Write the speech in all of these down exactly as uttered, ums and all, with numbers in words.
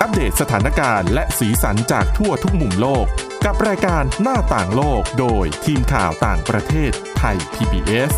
อัปเดตสถานการณ์และสีสันจากทั่วทุกมุมโลกกับรายการหน้าต่างโลกโดยทีมข่าวต่างประเทศไทย พี บี เอส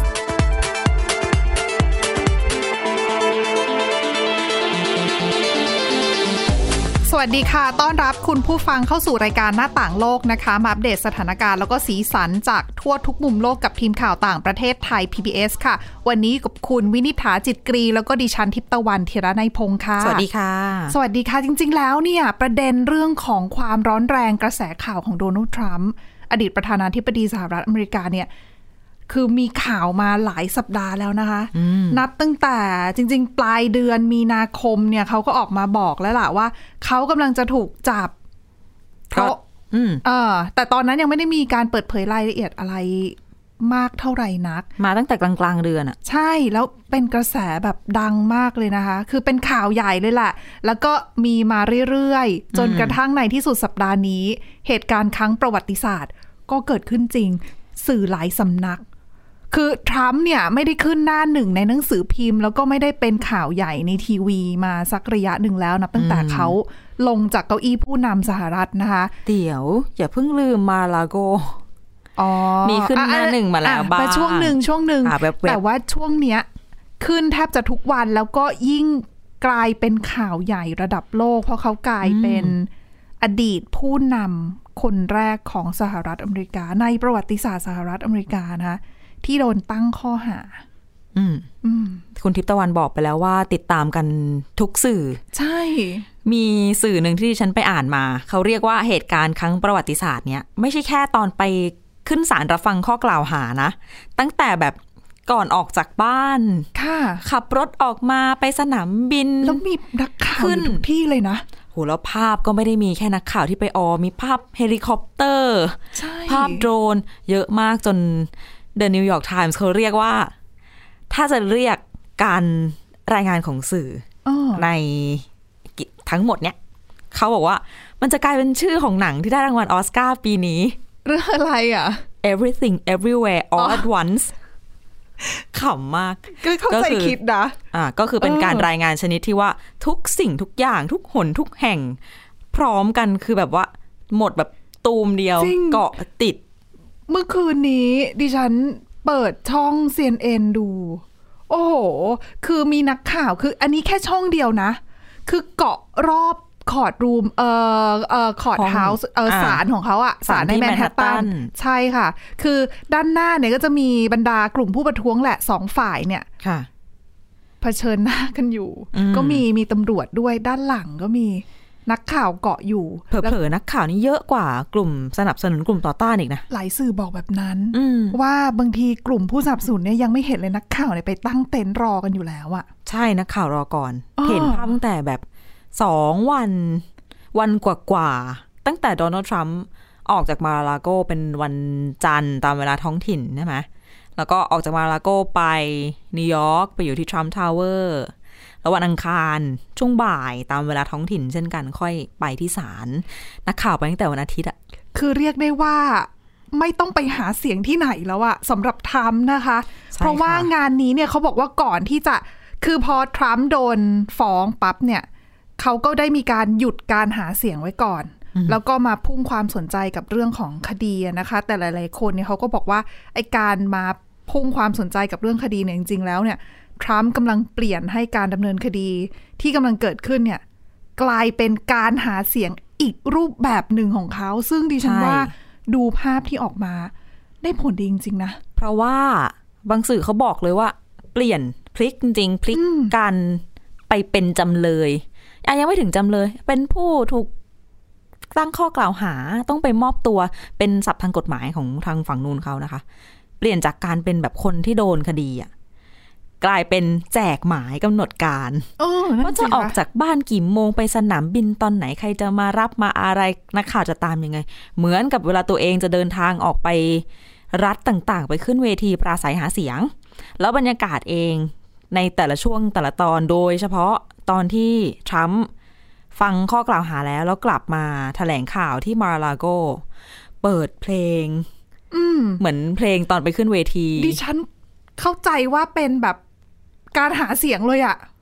สวัสดีค่ะต้อนรับคุณผู้ฟังเข้าสู่รายการหน้าต่างโลกนะคะมาอัปเดตสถานการณ์แล้วก็สีสันจากทั่วทุกมุมโลกกับทีมข่าวต่างประเทศไทย พี บี เอส ค่ะวันนี้กับคุณวินิษฐาจิตกรีแล้วก็ดิฉันทิพย์ตะวันธีรนัยพงค์ค่ะสวัสดีค่ะสวัสดีค่ะจริงๆแล้วเนี่ยประเด็นเรื่องของความร้อนแรงกระแสข่าวของโดนัลด์ทรัมป์อดีตประธานาธิบดีสหรัฐอเมริกาเนี่ยคือมีข่าวมาหลายสัปดาห์แล้วนะคะนับตั้งแต่จริงๆปลายเดือนมีนาคมเนี่ยเขาก็ออกมาบอกแล้วล่ะว่าเขากำลังจะถูกจับเพราะเออแต่ตอนนั้นยังไม่ได้มีการเปิดเผยรายละเอียดอะไรมากเท่าไหร่นักมาตั้งแต่กลางๆเดือนอ่ะใช่แล้วเป็นกระแสแบบดังมากเลยนะคะคือเป็นข่าวใหญ่เลยแหละแล้วก็มีมาเรื่อยๆจนกระทั่งในที่สุดสัปดาห์นี้เหตุการณ์ครั้งประวัติศาสตร์ก็เกิดขึ้นจริงสื่อหลายสำนักคือทรัมป์เนี่ยไม่ได้ขึ้นหน้าหนึ่งในหนังสือพิมพ์แล้วก็ไม่ได้เป็นข่าวใหญ่ในทีวีมาสักระยะหนึ่งแล้วนับตั้งแต่เขาลงจากเก้าอี้ผู้นำสหรัฐนะคะเดี๋ยวอย่าเพิ่งลืมมาลาโกมีขึ้นหน้าหนึ่งมาแล้วบ้างช่วงหนึ่งช่วงหนึ่งแต่ว่าช่วงเนี้ยขึ้นแทบจะทุกวันแล้วก็ยิ่งกลายเป็นข่าวใหญ่ระดับโลกเพราะเขากลายเป็นอดีตผู้นำคนแรกของสหรัฐอเมริกาในประวัติศาสตร์สหรัฐอเมริกานะคะที่โดนตั้งข้อหาอืมอืมคุณทิพย์ตะวันบอกไปแล้วว่าติดตามกันทุกสื่อใช่มีสื่อหนึ่งที่ฉันไปอ่านมาเขาเรียกว่าเหตุการณ์ครั้งประวัติศาสตร์เนี้ยไม่ใช่แค่ตอนไปขึ้นศาลรับฟังข้อกล่าวหานะตั้งแต่แบบก่อนออกจากบ้านค่ะขับรถออกมาไปสนามบินแล้วมีนักข่าวอยู่ทุกที่เลยนะโหแล้วภาพก็ไม่ได้มีแค่นักข่าวที่ไปออมีภาพเฮลิคอปเตอร์ภาพโดรนเยอะมากจนThe New York Times เขาเรียกว่าถ้าจะเรียกการรายงานของสื่อ oh. ในทั้งหมดเนี้ยเขาบอกว่ามันจะกลายเป็นชื่อของหนังที่ได้รางวัลออสการ์ปีนี้เรื่องอะไรอ่ะ Everything Everywhere All at Once ขำมากก็เข้าใจคิดนะอ่าก็คือเป็นการรายงานชนิดที่ว่าทุกสิ่งทุกอย่างทุกหนทุกแห่งพร้อมกันคือแบบว่าหมดแบบตูมเดียวเกาะติดเมื่อคืนนี้ดิฉันเปิดช่อง ซี เอ็น เอ็น ดูโอ้โหคือมีนักข่าวคืออันนี้แค่ช่องเดียวนะคือเกาะรอบคอร์ดรูมเอ่อเอ่อคอร์ดเฮาส์เอ่อศาลของเขาอะศาลในแมนฮัตตันใช่ค่ะคือด้านหน้าเนี่ยก็จะมีบรรดากลุ่มผู้ประท้วงแหละสองฝ่ายเนี่ยค่ะเผชิญหน้ากันอยู่ก็มีมีตำรวจด้วยด้านหลังก็มีนักข่าวเกาะอยู่เผลอๆนักข่าวนี่เยอะกว่ากลุ่มสนับสนุนกลุ่มต่อต้านอีกนะหลายสื่อบอกแบบนั้นว่าบางทีกลุ่มผู้สนับสนุนเนี่ยยังไม่เห็นเลยนักข่าวเนี่ยไปตั้งเต็นท์รอกันอยู่แล้วอะใช่นักข่าวรอก่อนเห็นภาพตั้งแต่แบบสองวันวันกว่าๆตั้งแต่โดนัลด์ทรัมป์ออกจากมาลาโกเป็นวันจันทร์ตามเวลาท้องถิ่นใช่ไหมแล้วก็ออกจากมาลาโกไปนิวยอร์กไปอยู่ที่ทรัมป์ทาวเวอร์แล้ววันอังคารช่วงบ่ายตามเวลาท้องถิ่นเช่นกันค่อยไปที่ศาลนักข่าวไปตั้งแต่วันอาทิตย์อะคือเรียกได้ว่าไม่ต้องไปหาเสียงที่ไหนแล้วอะสำหรับทรัมป์นะคะเพราะว่างานนี้เนี่ยเขาบอกว่าก่อนที่จะคือพอทรัมป์โดนฟ้องปั๊บเนี่ยเขาก็ได้มีการหยุดการหาเสียงไว้ก่อนแล้วก็มาพุ่งความสนใจกับเรื่องของคดีนะคะแต่หลายๆคนเนี่ยเขาก็บอกว่าไอ้การมาพุ่งความสนใจกับเรื่องคดีเนี่ยจริงๆแล้วเนี่ยทรัมป์กำลังเปลี่ยนให้การดำเนินคดีที่กำลังเกิดขึ้นเนี่ยกลายเป็นการหาเสียงอีกรูปแบบหนึ่งของเขาซึ่งดิฉันว่าดูภาพที่ออกมาได้ผลดีจริงๆนะเพราะว่าบางสื่อเขาบอกเลยว่าเปลี่ยนพลิกจริงๆพลิกการไปเป็นจำเลยอ่ะยังไม่ถึงจำเลยเป็นผู้ถูกตั้งข้อกล่าวหาต้องไปมอบตัวเป็นศัพท์ทางกฎหมายของทางฝั่งนู้นเขานะคะเปลี่ยนจากการเป็นแบบคนที่โดนคดีอ่ะกลายเป็นแจกหมายกำหนดการว่าจะออกจากบ้านกี่โมงไปสนามบินตอนไหนใครจะมารับมาอะไรนักข่าวจะตามยังไงเหมือนกับเวลาตัวเองจะเดินทางออกไปรัฐต่างๆไปขึ้นเวทีปราศัยหาเสียงแล้วบรรยากาศเองในแต่ละช่วงแต่ละตอนโดยเฉพาะตอนที่ทรัมป์ฟังข้อกล่าวหาแล้วแล้วกลับมาแถลงข่าวที่มาลาโกเปิดเพลงเหมือนเพลงตอนไปขึ้นเวทีดิฉันเข้าใจว่าเป็นแบบการหาเสียงเลยอะ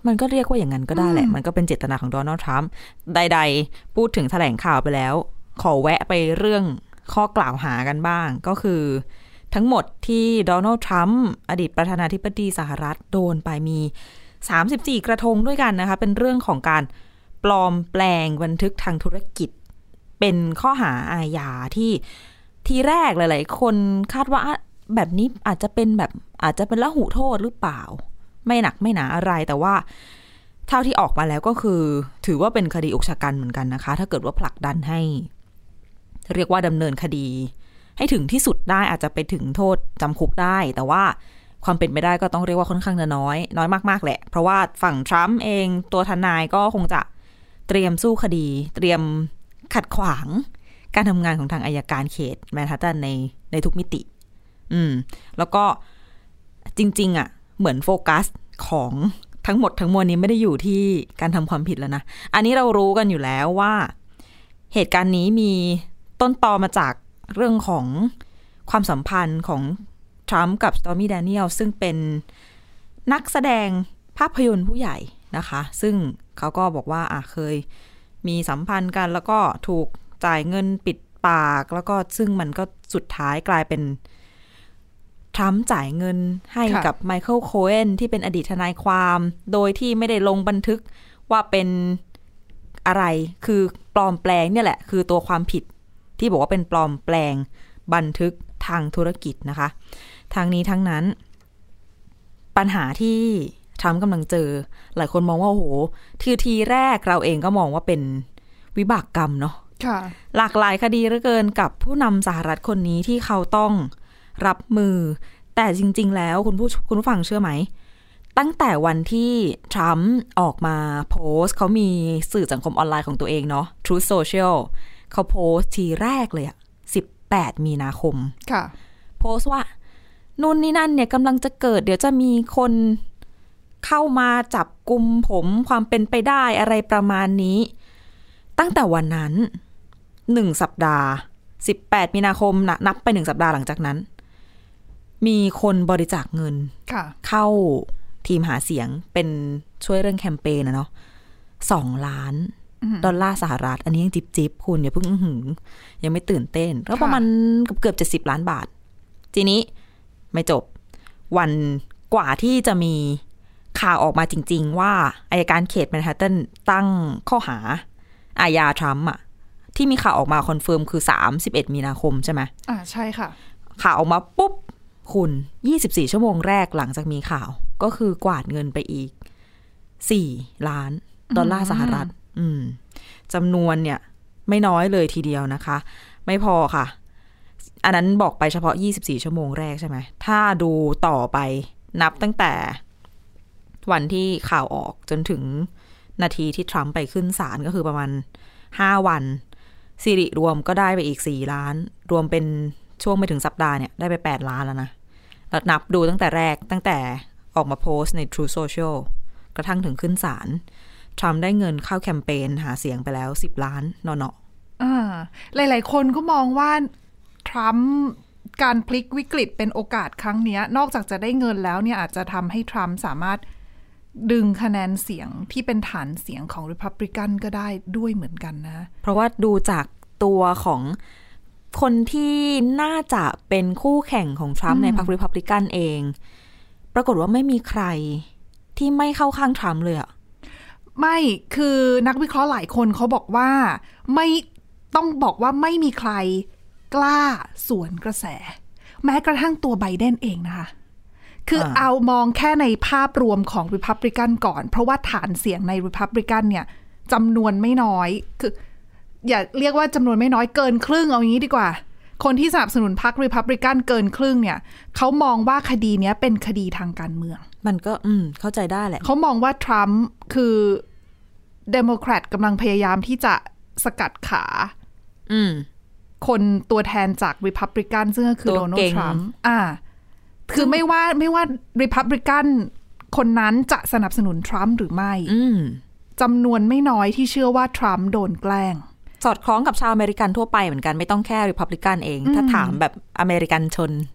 มันก็เรียกว่าอย่างนั้นก็ได้แหละมันก็เป็นเจตนาของโดนัลด์ทรัมป์ใดๆพูดถึงแถลงข่าวไปแล้วขอแวะไปเรื่องข้อกล่าวหากันบ้างก็คือทั้งหมดที่โดนัลด์ทรัมป์อดีตประธานาธิบดีสหรัฐโดนไปมีสามสิบสี่กระทงด้วยกันนะคะเป็นเรื่องของการปลอมแปลงบันทึกทางธุรกิจเป็นข้อหาอาญาที่ทีแรกหลายๆคนคาดว่าแบบนี้อาจจะเป็นแบบอาจจะเป็นละหุโทษหรือเปล่าไม่หนักไม่หนาอะไรแต่ว่าเท่าที่ออกมาแล้วก็คือถือว่าเป็นคดีอุกชะกันเหมือนกันนะคะถ้าเกิดว่าผลักดันให้เรียกว่าดำเนินคดีให้ถึงที่สุดได้อาจจะไปถึงโทษจำคุกได้แต่ว่าความเป็นไปได้ก็ต้องเรียกว่าค่อนข้างจะน้อยน้อยมากๆแหละเพราะว่าฝั่งทรัมป์เองตัวทนายก็คงจะเตรียมสู้คดีเตรียมขัดขวางการทำงานของทางอัยการเขตแมนฮัตตันในในทุกมิติอืมแล้วก็จริงๆอ่ะเหมือนโฟกัสของทั้งหมดทั้งมวลนี้ไม่ได้อยู่ที่การทำความผิดแล้วนะอันนี้เรารู้กันอยู่แล้วว่าเหตุการณ์นี้มีต้นตอมาจากเรื่องของความสัมพันธ์ของทรัมป์กับสตอร์มี่แดเนียลซึ่งเป็นนักแสดงภาพยนตร์ผู้ใหญ่นะคะซึ่งเขาก็บอกว่าอ่ะเคยมีสัมพันธ์กันแล้วก็ถูกจ่ายเงินปิดปากแล้วก็ซึ่งมันก็สุดท้ายกลายเป็นทรัมป์จ่ายเงินให้กับไมเคิลโคเอนที่เป็นอดีตทนายความโดยที่ไม่ได้ลงบันทึกว่าเป็นอะไรคือปลอมแปลงเนี่ยแหละคือตัวความผิดที่บอกว่าเป็นปลอมแปลงบันทึกทางธุรกิจนะคะทางนี้ทั้งนั้นปัญหาที่ทรัมป์กำลังเจอหลายคนมองว่าโอ้โหทีทีแรกเราเองก็มองว่าเป็นวิบากกรรมเนาะหลากหลายคดีเหลือเกินกับผู้นำสหรัฐคนนี้ที่เขาต้องรับมือแต่จริงๆแล้วคุณผู้คุณผู้ฟังเชื่อไหมตั้งแต่วันที่ทรัมป์ออกมาโพสต์เขามีสื่อสังคมออนไลน์ของตัวเองเนาะ Truth Social เขาโพสต์ทีแรกเลยอะสิบแปดมีนาคมค่ะโพสต์ว่านู่นนี่นั่นเนี่ยกำลังจะเกิดเดี๋ยวจะมีคนเข้ามาจับกุมผมความเป็นไปได้อะไรประมาณนี้ตั้งแต่วันนั้นหนึ่งสัปดาห์สิบแปดมีนาคมนะนับไปหนึ่งสัปดาห์หลังจากนั้นมีคนบริจาคเงินเข้าทีมหาเสียงเป็นช่วยเรื่องแคมเปญนะเนาะสองล้านดอลลาร์สหรัฐอันนี้ยังจิบจิบคุณอย่าเพิ่งหึงยังไม่ตื่นเต้นแล้วประมาณเกือบเจ็ดสิบล้านบาททีนี้ไม่จบวันกว่าที่จะมีข่าวออกมาจริงๆว่าอัยการเขตแมนฮัตตันตั้งข้อหาอาญาทรัมป์อ่ะที่มีข่าวออกมาคอนเฟิร์มคือสามสิบเอ็ดมีนาคมใช่ไหมอ่าใช่ค่ะข่าวออกมาปุ๊บคุณยี่สิบสี่ชั่วโมงแรกหลังจากมีข่าวก็คือกวาดเงินไปอีกสี่ล้านดอลลาร์สหรัฐอืมจำนวนเนี่ยไม่น้อยเลยทีเดียวนะคะไม่พอค่ะอันนั้นบอกไปเฉพาะยี่สิบสี่ชั่วโมงแรกใช่ไหมถ้าดูต่อไปนับตั้งแต่วันที่ข่าวออกจนถึงนาทีที่ทรัมป์ไปขึ้นศาลก็คือประมาณห้าวันสิริรวมก็ได้ไปอีกสี่ล้านรวมเป็นช่วงไม่ถึงสัปดาห์เนี่ยได้ไปแปดล้านแล้วนะแล้วนับดูตั้งแต่แรกตั้งแต่ออกมาโพสต์ใน True Social กระทั่งถึงขึ้นศาลทรัมป์ได้เงินเข้าแคมเปญหาเสียงไปแล้วสิบล้านเนาะๆอ่าหลายๆคนก็มองว่าทรัมป์การพลิกวิกฤตเป็นโอกาสครั้งนี้นอกจากจะได้เงินแล้วเนี่ยอาจจะทำให้ทรัมป์สามารถดึงคะแนนเสียงที่เป็นฐานเสียงของ Republican ก็ได้ด้วยเหมือนกันนะเพราะว่าดูจากตัวของคนที่น่าจะเป็นคู่แข่งของทรัมป์ในพรรค Republican เองปรากฏว่าไม่มีใครที่ไม่เข้าข้างทรัมป์เลยอะไม่คือนักวิเคราะห์หลายคนเขาบอกว่าไม่ต้องบอกว่าไม่มีใครกล้าสวนกระแสแม้กระทั่งตัวไบเดนเองนะคะคือเอามองแค่ในภาพรวมของ Republican ก่อนเพราะว่าฐานเสียงใน Republican เนี่ยจำนวนไม่น้อยคืออย่าเรียกว่าจำนวนไม่น้อยเกินครึ่งเอางี้ดีกว่าคนที่สนับสนุนพรรค Republican เกินครึ่งเนี่ยเขามองว่าคดีนี้เป็นคดีทางการเมืองมันก็อืมเข้าใจได้แหละเขามองว่าทรัมป์คือเดโมแครตกำลังพยายามที่จะสกัดขาอืมคนตัวแทนจาก Republican ซึ่งก็คือโดนัลด์ทรัมป์อ่าคือไม่ว่าไม่ว่า Republican คนนั้นจะสนับสนุนทรัมป์หรือไม่จำนวนไม่น้อยที่เชื่อว่าทรัมป์โดนแกล้งสอดคล้องกับชาวอเมริกันทั่วไปเหมือนกันไม่ต้องแค่ Republican เองถ้าถามแบบอเมริกันชน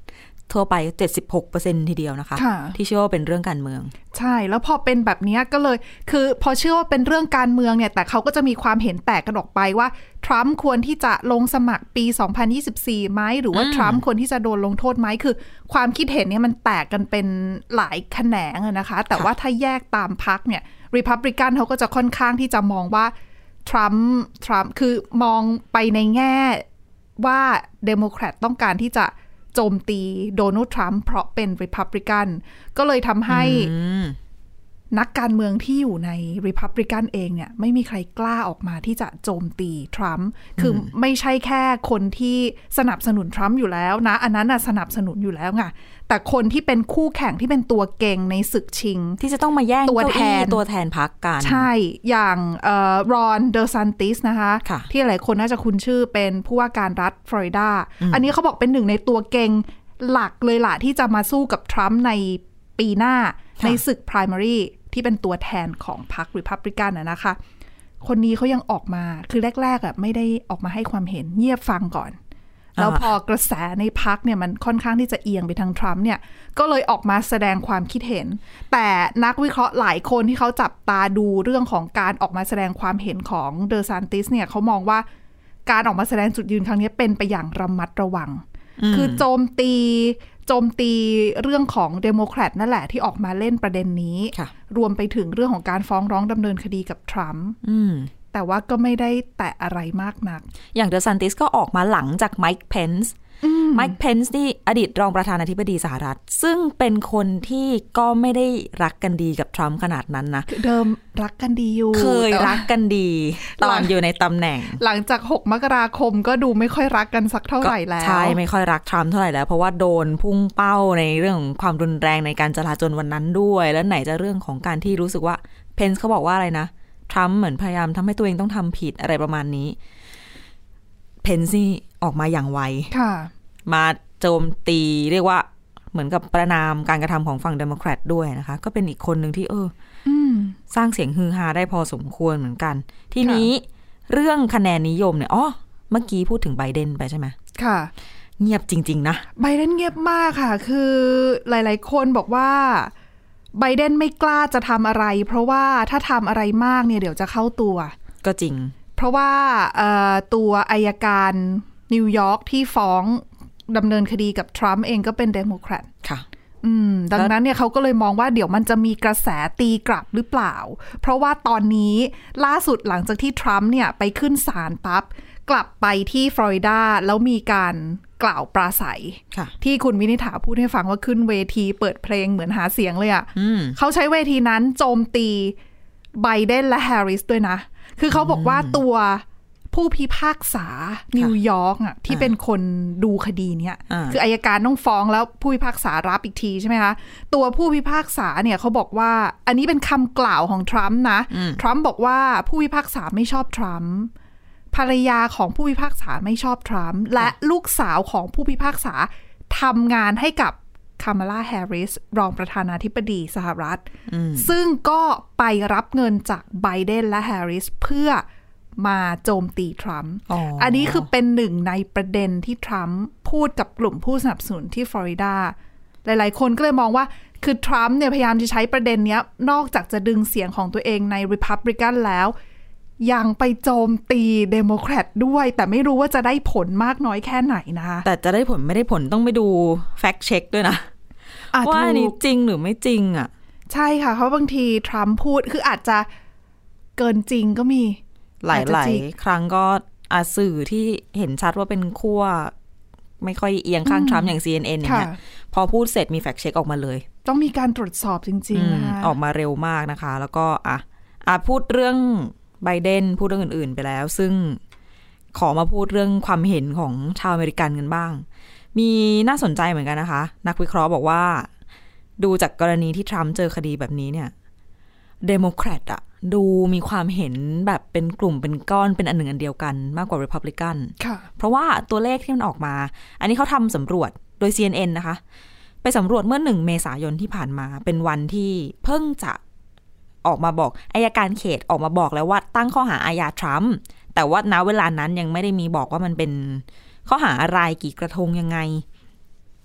ทั่วไป เจ็ดสิบหกเปอร์เซ็นต์ ทีเดียวนะคะที่เชื่อว่าเป็นเรื่องการเมืองใช่แล้วพอเป็นแบบนี้ก็เลยคือพอเชื่อว่าเป็นเรื่องการเมืองเนี่ยแต่เขาก็จะมีความเห็นแตกกันออกไปว่าทรัมป์ควรที่จะลงสมัครปีสองพันยี่สิบสี่ไหมหรือว่าทรัมป์ควรที่จะโดนลงโทษไหมคือความคิดเห็นเนี่ยมันแตกกันเป็นหลายแขนงนะคะแต่ว่าถ้าแยกตามพรรคเนี่ยรีพับลิกันเขาก็จะค่อนข้างที่จะมองว่าทรัมป์ทรัมป์คือมองไปในแง่ว่าเดโมแครตต้องการที่จะโจมตีโดนัลด์ทรัมป์เพราะเป็นรีพับลิกันก็เลยทำให้นักการเมืองที่อยู่ในรีพับลิกันเองเนี่ยไม่มีใครกล้าออกมาที่จะโจมตีทรัมป์คือไม่ใช่แค่คนที่สนับสนุนทรัมป์อยู่แล้วนะอันนั้นน่ะสนับสนุนอยู่แล้วไงแต่คนที่เป็นคู่แข่งที่เป็นตัวเก่งในศึกชิงที่จะต้องมาแย่งตัวแทนตัวแทนพรรคกันใช่อย่างเอ่อรอนเดอซันติสนะคะที่หลายคนน่าจะคุ้นชื่อเป็นผู้ว่าการรัฐฟลอริดา อ, อันนี้เขาบอกเป็นหนึ่งในตัวเก่งหลักเลยล่ะที่จะมาสู้กับทรัมป์ในปีหน้าในศึก primary ที่เป็นตัวแทนของพรรค Republican น่ะนะคะคนนี้เขายังออกมาคือแรกๆอ่ะไม่ได้ออกมาให้ความเห็นเงียบฟังก่อนแล้วพอกระแสในพรรคเนี่ยมันค่อนข้างที่จะเอียงไปทางทรัมป์เนี่ยก็เลยออกมาแสดงความคิดเห็นแต่นักวิเคราะห์หลายคนที่เขาจับตาดูเรื่องของการออกมาแสดงความเห็นของเดอซานติสเนี่ยเขามองว่าการออกมาแสดงจุดยืนครั้งนี้เป็นไปอย่างระมัดระวังคือโจมตีโจมตีเรื่องของเดโมแครตนั่นแหละที่ออกมาเล่นประเด็นนี้รวมไปถึงเรื่องของการฟ้องร้องดำเนินคดีกับทรัมป์แต่ว่าก็ไม่ได้แตะอะไรมากนักอย่างเดอซันติสก็ออกมาหลังจากไมค์เพนส์ไมค์เพนส์นี่อดีตรองประธานาธิบดีสหรัฐซึ่งเป็นคนที่ก็ไม่ได้รักกันดีกับทรัมป์ขนาดนั้นนะเดิมรักกันดีอยู่เคยรักกันดีตอนอยู่ในตำแหน่งหลังจากหกมกราคมก็ดูไม่ค่อยรักกันสักเท่าไหร่แล้วใช่ไม่ค่อยรักทรัมป์เท่าไหร่แล้วเพราะว่าโดนพุ่งเป้าในเรื่องของความรุนแรงในการจลาจลวันนั้นด้วยแล้วไหนจะเรื่องของการที่รู้สึกว่าเพนส์เขาบอกว่าอะไรนะทรัมป์เหมือนพยายามทำให้ตัวเองต้องทำผิดอะไรประมาณนี้เพนส์นี่ออกมาอย่างไวมาโจมตีเรียกว่าเหมือนกับประณามการกระทำของฝั่งเดโมแครตด้วยนะคะก็เป็นอีกคนหนึ่งที่เออสร้างเสียงฮือฮาได้พอสมควรเหมือนกันทีนี้เรื่องคะแนนนิยมเนี่ยอ๋อเมื่อกี้พูดถึงไบเดนไปใช่ไหมค่ะเงียบจริงๆนะไบเดนเงียบมากค่ะคือหลายๆคนบอกว่าไบเดนไม่กล้าจะทำอะไรเพราะว่าถ้าทำอะไรมากเนี่ยเดี๋ยวจะเข้าตัวก็จริงเพราะว่าตัวอัยการนิวยอร์กที่ฟ้องดำเนินคดีกับทรัมป์เองก็เป็นเดโมแครตค่ะอืมดังนั้นเนี่ยเขาก็เลยมองว่าเดี๋ยวมันจะมีกระแสตีกลับหรือเปล่าเพราะว่าตอนนี้ล่าสุดหลังจากที่ทรัมป์เนี่ยไปขึ้นศาลปั๊บกลับไปที่ฟลอริดาแล้วมีการกล่าวปราศัยที่คุณวินิษฐาพูดให้ฟังว่าขึ้นเวทีเปิดเพลงเหมือนหาเสียงเลยอ่ะเขาใช้เวทีนั้นโจมตีไบเดนและแฮร์ริสด้วยนะคือเขาบอกว่าตัวผู้พิพากษานิวยอร์กอ่ะที่เป็นคนดูคดีเนี้ยคืออัยการต้องฟ้องแล้วผู้พิพากษารับอีกทีใช่ไหมคะตัวผู้พิพากษาเนี่ยเขาบอกว่าอันนี้เป็นคำกล่าวของทรัมป์นะทรัมป์บอกว่าผู้พิพากษาไม่ชอบทรัมป์ภรรยาของผู้พิพากษาไม่ชอบทรัมป์และลูกสาวของผู้พิพากษาทำงานให้กับคามาลาแฮร์ริสรองประธานาธิบดีสหรัฐซึ่งก็ไปรับเงินจากไบเดนและแฮร์ริสเพื่อมาโจมตีทรัมป์ อ, อันนี้คือเป็นหนึ่งในประเด็นที่ทรัมป์พูดกับกลุ่มผู้สนับสนุนที่ฟลอริดาหลายๆคนก็เลยมองว่าคือทรัมป์เนี่ยพยายามจะใช้ประเด็นนี้นอกจากจะดึงเสียงของตัวเองใน Republican แล้วยังไปโจมตีเดโมแครตด้วยแต่ไม่รู้ว่าจะได้ผลมากน้อยแค่ไหนนะคะแต่จะได้ผลไม่ได้ผลต้องไปดูแฟกต์เช็คด้วยนะว่าอันนี้จริงหรือไม่จริงอ่ะใช่ค่ะเพราะบางทีทรัมป์พูดคืออาจจะเกินจริงก็มีหลายๆครั้งก็อาสื่อที่เห็นชัดว่าเป็นขั้วไม่ค่อยเอียงข้างทรัมป์อย่าง ซี เอ็น เอ็น อย่างเงี้ยพอพูดเสร็จมีแฟกต์เช็คออกมาเลยต้องมีการตรวจสอบจริงๆนะคะออกมาเร็วมากนะคะแล้วก็อ่ะอ่ะพูดเรื่องไบเดนพูดเรื่องอื่นๆไปแล้วซึ่งขอมาพูดเรื่องความเห็นของชาวอเมริกันกันบ้างมีน่าสนใจเหมือนกันนะคะนักวิเคราะห์บอกว่าดูจากกรณีที่ทรัมป์เจอคดีแบบนี้เนี่ยเดโมแครตอะดูมีความเห็นแบบเป็นกลุ่มเป็นก้อนเป็นอันหนึ่งอันเดียวกันมากกว่า Republican เพราะว่าตัวเลขที่มันออกมาอันนี้เขาทำสำรวจโดย ซี เอ็น เอ็น นะคะไปสำรวจเมื่อหนึ่งเมษายนที่ผ่านมาเป็นวันที่เพิ่งจะออกมาบอกอัยการเขตออกมาบอกแล้วว่าตั้งข้อหาอาญาทรัมป์แต่ว่าณเวลานั้นยังไม่ได้มีบอกว่ามันเป็นข้อหาอะไรกี่กระทงยังไง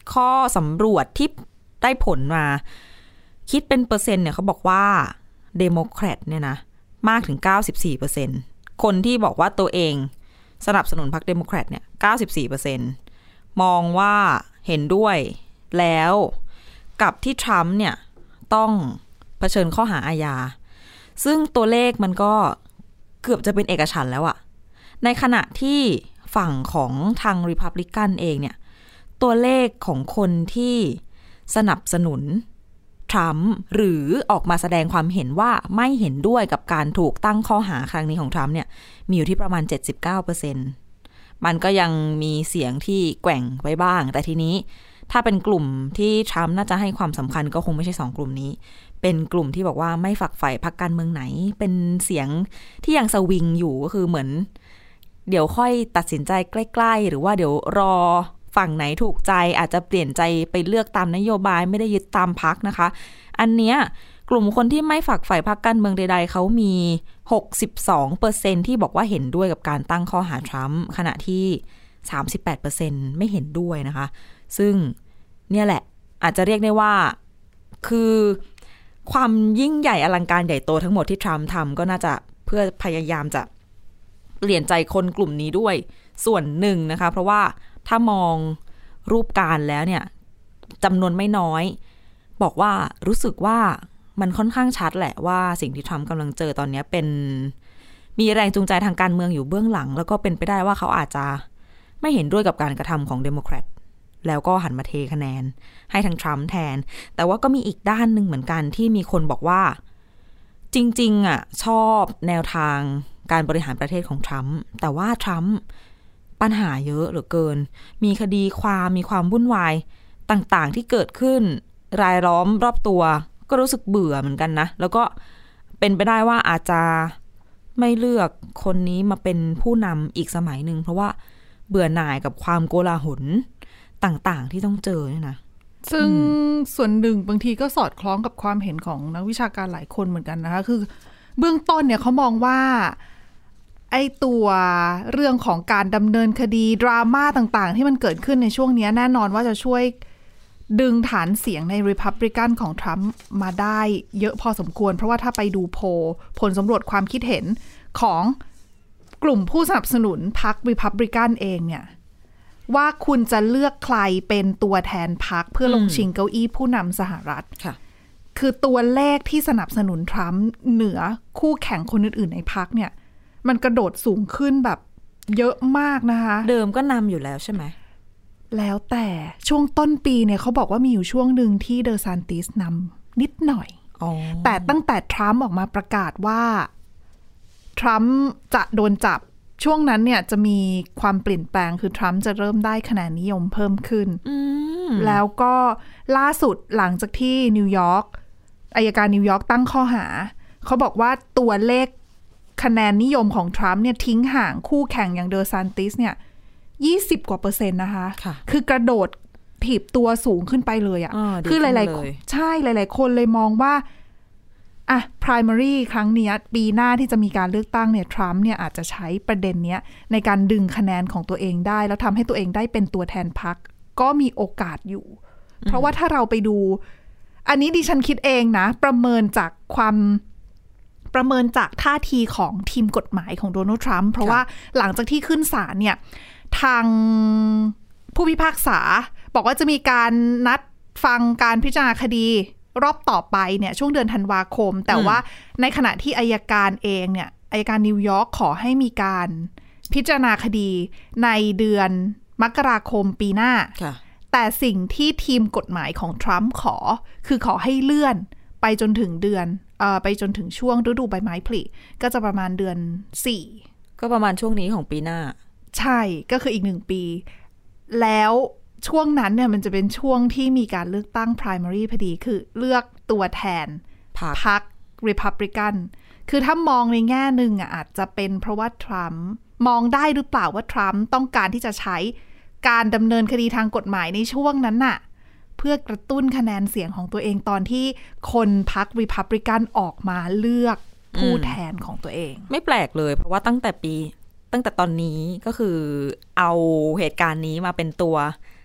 ข้อสำรวจที่ได้ผลมาคิดเป็นเปอร์เซ็นต์เนี่ยเขาบอกว่าเดโมแครตเนี่ยนะมากถึง เก้าสิบสี่เปอร์เซ็นต์ คนที่บอกว่าตัวเองสนับสนุนพรรคเดโมแครตเนี่ย เก้าสิบสี่เปอร์เซ็นต์ มองว่าเห็นด้วยแล้วกับที่ทรัมป์เนี่ยต้องเผชิญข้อหาอาญาซึ่งตัวเลขมันก็เกือบจะเป็นเอกฉันท์แล้วอะในขณะที่ฝั่งของทางริพับลิกันเองเนี่ยตัวเลขของคนที่สนับสนุนทรัมป์หรือออกมาแสดงความเห็นว่าไม่เห็นด้วยกับการถูกตั้งข้อหาครั้งนี้ของทรัมป์เนี่ยมีอยู่ที่ประมาณ เจ็ดสิบเก้าเปอร์เซ็นต์ มันก็ยังมีเสียงที่แกว่งไว้บ้างแต่ทีนี้ถ้าเป็นกลุ่มที่ทรัมป์น่าจะให้ความสำคัญก็คงไม่ใช่สองกลุ่มนี้เป็นกลุ่มที่บอกว่าไม่ฝักใฝ่พรรคการเมืองไหนเป็นเสียงที่ยังสวิงอยู่ก็คือเหมือนเดี๋ยวค่อยตัดสินใจใกล้ๆหรือว่าเดี๋ยวรอฝั่งไหนถูกใจอาจจะเปลี่ยนใจไปเลือกตามนโยบายไม่ได้ยึดตามพรรคนะคะอันเนี้ยกลุ่มคนที่ไม่ฝักใฝ่พรรคการเมืองใดๆเขามี หกสิบสองเปอร์เซ็นต์ ที่บอกว่าเห็นด้วยกับการตั้งข้อหาทรัมป์ขณะที่ สามสิบแปดเปอร์เซ็นต์ ไม่เห็นด้วยนะคะซึ่งเนี่ยแหละอาจจะเรียกได้ว่าคือความยิ่งใหญ่อลังการใหญ่โตทั้งหมดที่ทรัมป์ทำก็น่าจะเพื่อพยายามจะเปลี่ยนใจคนกลุ่มนี้ด้วยส่วนหนึ่งนะคะเพราะว่าถ้ามองรูปการแล้วเนี่ยจำนวนไม่น้อยบอกว่ารู้สึกว่ามันค่อนข้างชัดแหละว่าสิ่งที่ทรัมป์กำลังเจอตอนนี้เป็นมีแรงจูงใจทางการเมืองอยู่เบื้องหลังแล้วก็เป็นไปได้ว่าเขาอาจจะไม่เห็นด้วยกับการกระทำของเดโมแครตแล้วก็หันมาเทคะแนนให้ทางทรัมป์แทนแต่ว่าก็มีอีกด้านหนึ่งเหมือนกันที่มีคนบอกว่าจริงๆอ่ะชอบแนวทางการบริหารประเทศของทรัมป์แต่ว่าทรัมป์ปัญหาเยอะเหลือเกินมีคดีความมีความวุ่นวายต่างๆที่เกิดขึ้นรายล้อมรอบตัวก็รู้สึกเบื่อเหมือนกันนะแล้วก็เป็นไปได้ว่าอาจจะไม่เลือกคนนี้มาเป็นผู้นำอีกสมัยหนึ่งเพราะว่าเบื่อหน่ายกับความโกลาหลต่างๆที่ต้องเจอเนี่ยนะซึ่งส่วนหนึ่งบางทีก็สอดคล้องกับความเห็นของนักวิชาการหลายคนเหมือนกันนะคะคือเบื้องต้นเนี่ยเขามองว่าไอ้ตัวเรื่องของการดำเนินคดีดราม่าต่างๆที่มันเกิดขึ้นในช่วงนี้แน่นอนว่าจะช่วยดึงฐานเสียงใน Republican ของทรัมป์มาได้เยอะพอสมควรเพราะว่าถ้าไปดูโพลผลสำรวจความคิดเห็นของกลุ่มผู้สนับสนุนพรรค Republican เองเนี่ยว่าคุณจะเลือกใครเป็นตัวแทนพรรคเพื่อลงชิงเก้าอี้ผู้นำสหรัฐคือตัวเลขที่สนับสนุนทรัมป์เหนือคู่แข่งคนอื่นๆในพรรคเนี่ยมันกระโดดสูงขึ้นแบบเยอะมากนะคะเดิมก็นำอยู่แล้วใช่ไหมแล้วแต่ช่วงต้นปีเนี่ยเขาบอกว่ามีอยู่ช่วงหนึ่งที่เดอซานติสนำนิดหน่อยแต่ตั้งแต่ทรัมป์ออกมาประกาศว่าทรัมป์จะโดนจับช่วงนั้นเนี่ยจะมีความเปลี่ยนแปลงคือทรัมป์จะเริ่มได้คะแนนนิยมเพิ่มขึ้นแล้วก็ล่าสุดหลังจากที่นิวยอร์กอัยการนิวยอร์กตั้งข้อหาเขาบอกว่าตัวเลขคะแนนนิยมของทรัมป์เนี่ยทิ้งห่างคู่แข่งอย่างเดอซานติสเนี่ยยี่สิบกว่าเปอร์เซ็นต์นะคะคือกระโดดถีบตัวสูงขึ้นไปเลยอะ่ะคือหลายๆใช่หลายๆคนเลยมองว่าอ่ะ primary ครั้งนี้ปีหน้าที่จะมีการเลือกตั้งเนี่ยทรัมป์เนี่ยอาจจะใช้ประเด็นเนี้ยในการดึงคะแนนของตัวเองได้แล้วทำให้ตัวเองได้เป็นตัวแทนพรรคก็มีโอกาสอยู่เพราะว่าถ้าเราไปดูอันนี้ดิฉันคิดเองนะประเมินจากความประเมินจากท่าทีของทีมกฎหมายของโดนัลด์ทรัมป์เพราะว่าหลังจากที่ขึ้นศาลเนี่ยทางผู้พิพากษาบอกว่าจะมีการนัดฟังการพิจารณาคดีรอบต่อไปเนี่ยช่วงเดือนธันวาคมแต่ว่าในขณะที่อัยการเองเนี่ยอัยการนิวยอร์กขอให้มีการพิจารณาคดีในเดือนมกราคมปีหน้าแต่สิ่งที่ทีมกฎหมายของทรัมป์ขอคือขอให้เลื่อนไปจนถึงเดือนเอ่อไปจนถึงช่วงฤดูใบไม้ผลิก็จะประมาณเดือนสี่ก็ประมาณช่วงนี้ของปีหน้าใช่ก็คืออีกหนึ่งปีแล้วช่วงนั้นเนี่ยมันจะเป็นช่วงที่มีการเลือกตั้ง primary พอดีคือเลือกตัวแทนพรรค Republican คือถ้ามองในแง่หนึ่งอ่ะอาจจะเป็นเพราะว่าทรัมป์มองได้หรือเปล่าว่าทรัมป์ต้องการที่จะใช้การดำเนินคดีทางกฎหมายในช่วงนั้นน่ะเพื่อกระตุ้นคะแนนเสียงของตัวเองตอนที่คนพรรค Republican ออกมาเลือกผู้แทนของตัวเองไม่แปลกเลยเพราะว่าตั้งแต่ปีตั้งแต่ตอนนี้ก็คือเอาเหตุการณ์นี้มาเป็นตัว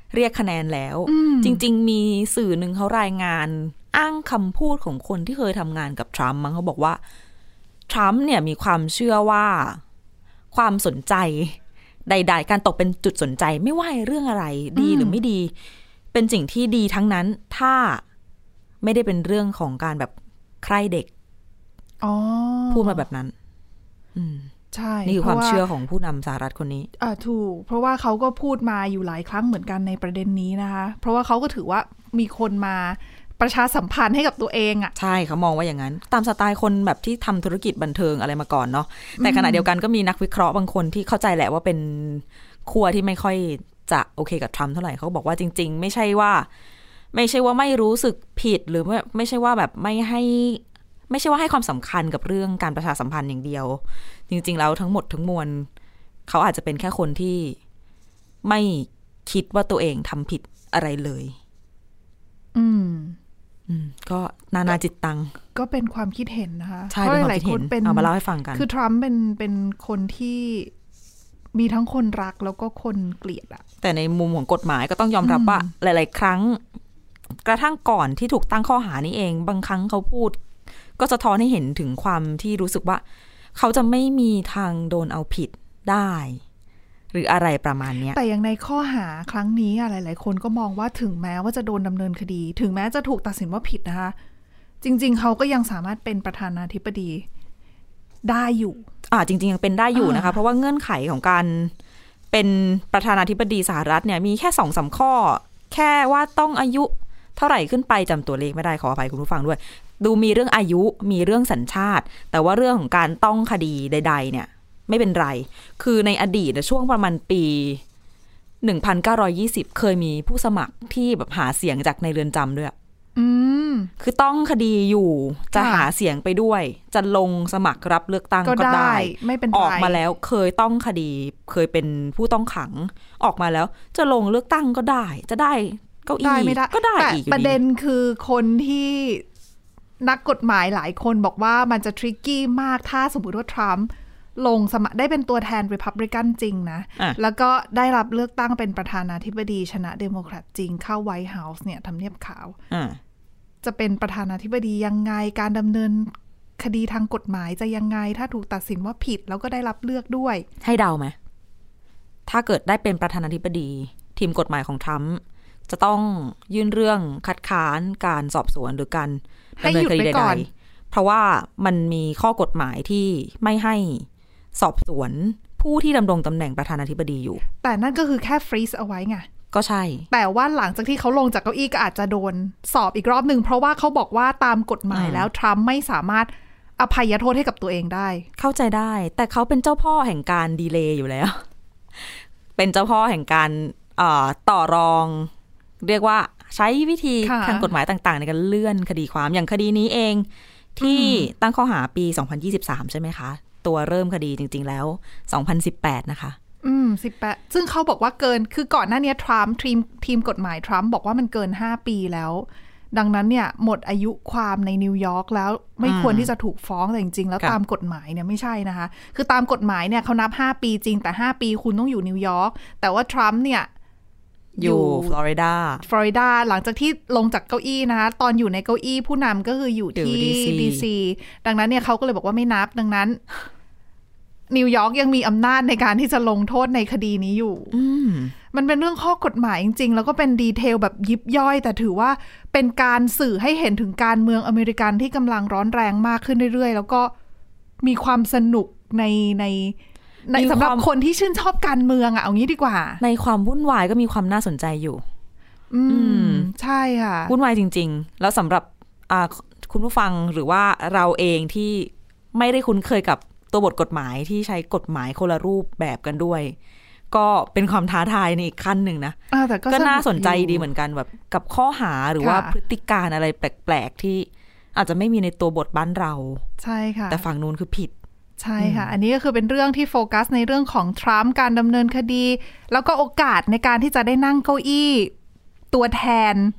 เรียกคะแนนแล้วจริงๆมีสื่อหนึ่งเขารายงานอ้างคำพูดของคนที่เคยทำงานกับทรัมป์มั้งเขาบอกว่าทรัมป์เนี่ยมีความเชื่อว่าความสนใจใดๆการตกเป็นจุดสนใจไม่ว่าเรื่องอะไรดีหรือไม่ดีเป็นสิ่งที่ดีทั้งนั้นถ้าไม่ได้เป็นเรื่องของการแบบใคร่เด็กพูดมาแบบนั้นอืมใช่นี่คือความเชื่อของผู้นำสหรัฐคนนี้อ่าถูกเพราะว่าเขาก็พูดมาอยู่หลายครั้งเหมือนกันในประเด็นนี้นะคะเพราะว่าเขาก็ถือว่ามีคนมาประชาสัมพันธ์ให้กับตัวเองอ่ะใช่เขามองว่าอย่างนั้นตามสไตล์คนแบบที่ทำธุรกิจบันเทิงอะไรมาก่อนเนาะแต่ขณะเดียวกันก็มีนักวิเคราะห์บางคนที่เข้าใจแหละว่าเป็นขั้วที่ไม่ค่อยจะโอเคกับทรัมป์เท่าไหร่เขาบอกว่าจริงๆไม่ใช่ว่าไม่ใช่ว่าไม่รู้สึกผิดหรือไม่ไม่ใช่ว่าแบบไม่ให้ไม่ใช่ว่าให้ความสำคัญกับเรื่องการประชาสัมพันธ์อย่างเดียวจริงๆแล้วทั้งหมดทั้งมวลเขาอาจจะเป็นแค่คนที่ไม่คิดว่าตัวเองทำผิดอะไรเลยอืมอืมก็นานาจิตตังก็เป็นความคิดเห็นนะคะใช่เป็นความคิดเห็นเอามาเล่าให้ฟังกันคือทรัมป์เป็นเป็นคนที่มีทั้งคนรักแล้วก็คนเกลียดอะแต่ในมุมของกฎหมายก็ต้องยอมรับว่าหลายๆครั้งกระทั่งก่อนที่ถูกตั้งข้อหานี้เองบางครั้งเขาพูดก็สะท้อนให้เห็นถึงความที่รู้สึกว่าเขาจะไม่มีทางโดนเอาผิดได้หรืออะไรประมาณนี้แต่อย่างในข้อหาครั้งนี้หลายๆคนก็มองว่าถึงแม้ว่าจะโดนดำเนินคดีถึงแม้จะถูกตัดสินว่าผิดนะคะจริงๆเขาก็ยังสามารถเป็นประธานาธิบดีได้อยู่อ่าจริงๆยังเป็นได้อยู่นะคะเพราะว่าเงื่อนไขของการเป็นประธานาธิบดีสหรัฐเนี่ยมีแค่ สองสาม ข้อแค่ว่าต้องอายุเท่าไหร่ขึ้นไปจำตัวเลขไม่ได้ขออภัยคุณผู้ฟังด้วยดูมีเรื่องอายุมีเรื่องสัญชาติแต่ว่าเรื่องของการต้องคดีใดๆเนี่ยไม่เป็นไรคือในอดีตช่วงประมาณปีหนึ่งพันเก้าร้อยยี่สิบเคยมีผู้สมัครที่แบบหาเสียงจากในเรือนจำด้วยอืมคือต้องคดีอยู่จะหาเสียงไปด้วยจะลงสมัครรับเลือกตั้งก็ได้ไม่เป็นไรออกมาแล้วเคยต้องคดีเคยเป็นผู้ต้องขังออกมาแล้วจะลงเลือกตั้งก็ได้จะได้เก้าอี้ก็ได้อีกประเด็นคือคนที่นักกฎหมายหลายคนบอกว่ามันจะทริกกี้มากถ้าสมมติว่าทรัมป์ลงสมัครได้เป็นตัวแทน Republican จริงนะแล้วก็ได้รับเลือกตั้งเป็นประธานาธิบดีชนะเดโมแครตจริงเข้าไวท์เฮาส์เนี่ยทำเนียบขาวจะเป็นประธานาธิบดียังไงการดำเนินคดีทางกฎหมายจะยังไงถ้าถูกตัดสินว่าผิดแล้วก็ได้รับเลือกด้วยให้เดาไหมถ้าเกิดได้เป็นประธานาธิบดีทีมกฎหมายของทรัมป์จะต้องยื่นเรื่องคัดค้านการสอบสวนหรือการดำเนินคดีใดๆเพราะว่ามันมีข้อกฎหมายที่ไม่ให้สอบสวนผู้ที่ดำรงตำแหน่งประธานาธิบดีอยู่แต่นั่นก็คือแค่ฟรีซเอาไว้ไงก็ใช่แต่ว่าหลังจากที่เขาลงจากเก้าอี้ก็อาจจะโดนสอบอีกรอบหนึ่งเพราะว่าเขาบอกว่าตามกฎหมายแล้วทรัมป์ไม่สามารถอภัยโทษให้กับตัวเองได้เข้าใจได้แต่เขาเป็นเจ้าพ่อแห่งการดีเลย์อยู่แล้วเป็นเจ้าพ่อแห่งการเอ่อต่อรองเรียกว่าใช้วิธีทางกฎหมายต่างๆในการเลื่อนคดีความอย่างคดีนี้เองที่ตั้งข้อหาปีสองพันยี่สิบสามใช่ไหมคะตัวเริ่มคดีจริงๆแล้วสองพันสิบแปดนะคะอืมสิบแปดซึ่งเขาบอกว่าเกินคือก่อนหน้านี้ทรัมป์ทีมทีมกฎหมายทรัมป์บอกว่ามันเกินห้าปีแล้วดังนั้นเนี่ยหมดอายุความในนิวยอร์กแล้วไม่ควรที่จะถูกฟ้องแต่จริงๆแล้วตามกฎหมายเนี่ยไม่ใช่นะคะคือตามกฎหมายเนี่ยเขานับห้าปีจริงแต่ห้าปีคุณต้องอยู่นิวยอร์กแต่ว่าทรัมป์เนี่ยอยู่ฟลอริดาฟลอริดาหลังจากที่ลงจากเก้าอี้นะคะตอนอยู่ในเก้าอี้ผู้นำก็คืออยู่ที่ ดี ซี ดังนั้นเนี่ยเขาก็เลยบอกว่าไม่นับดังนั้นนิวยอร์กยังมีอำนาจในการที่จะลงโทษในคดีนี้อยู่มันเป็นเรื่องข้อกฎหมายจริงๆแล้วก็เป็นดีเทลแบบยิบย่อยแต่ถือว่าเป็นการสื่อให้เห็นถึงการเมืองอเมริกันที่กำลังร้อนแรงมากขึ้นเรื่อยๆแล้วก็มีความสนุกในในในสำหรับคนที่ชื่นชอบการเมืองอ่ะเอางี้ดีกว่าในความวุ่นวายก็มีความน่าสนใจอยู่อืมใช่ค่ะวุ่นวายจริงๆแล้วสำหรับคุณผู้ฟังหรือว่าเราเองที่ไม่ได้คุ้นเคยกับตัวบทกฎหมายที่ใช้กฎหมายคนละรูปแบบกันด้วยก็เป็นความท้าทายในอีกขั้นหนึ่งนะก็น่าสนใจดีเหมือนกันแบบกับข้อหาหรือว่าพฤติการอะไรแปลกๆที่อาจจะไม่มีในตัวบทบ้านเราใช่ค่ะแต่ฝั่งนู้นคือผิดใช่ค่ะอันนี้ก็คือเป็นเรื่องที่โฟกัสในเรื่องของทรัมป์การดำเนินคดีแล้วก็โอกาสในการที่จะได้นั่งเก้าอี้ตัวแทน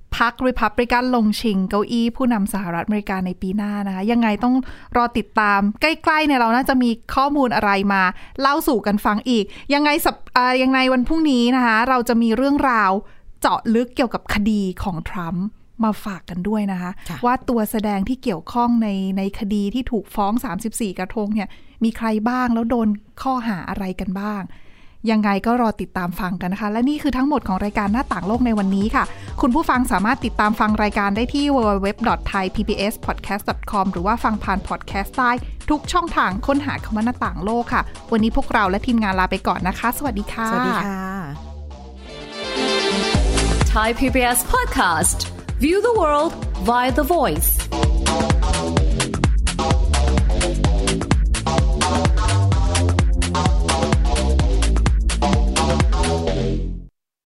พรรค Republican ลงชิงเก้าอี้ผู้นำสหรัฐอเมริกาในปีหน้านะคะยังไงต้องรอติดตามใกล้ๆเนี่ยเราน่าจะมีข้อมูลอะไรมาเล่าสู่กันฟังอีกยังไงสัปอ่ายังไงวันพรุ่งนี้นะคะเราจะมีเรื่องราวเจาะลึกเกี่ยวกับคดีของทรัมป์มาฝากกันด้วยนะคะว่าตัวแสดงที่เกี่ยวข้องในในคดีที่ถูกฟ้องสามสิบสี่กระทงเนี่ยมีใครบ้างแล้วโดนข้อหาอะไรกันบ้างยังไงก็รอติดตามฟังกันนะคะและนี่คือทั้งหมดของรายการหน้าต่างโลกในวันนี้ค่ะคุณผู้ฟังสามารถติดตามฟังรายการได้ที่ ดับเบิลยู ดับเบิลยู ดับเบิลยู ดอท ไทย พี บี เอส พอดแคสต์ ดอท คอม หรือว่าฟังผ่านพอดแคสต์ได้ทุกช่องทางค้นหาคำว่าหน้าต่างโลกค่ะวันนี้พวกเราและทีมงานลาไปก่อนนะคะสวัสดีค่ะสวัสดีค่ะ Thai พี บี เอส Podcast View the world via the voice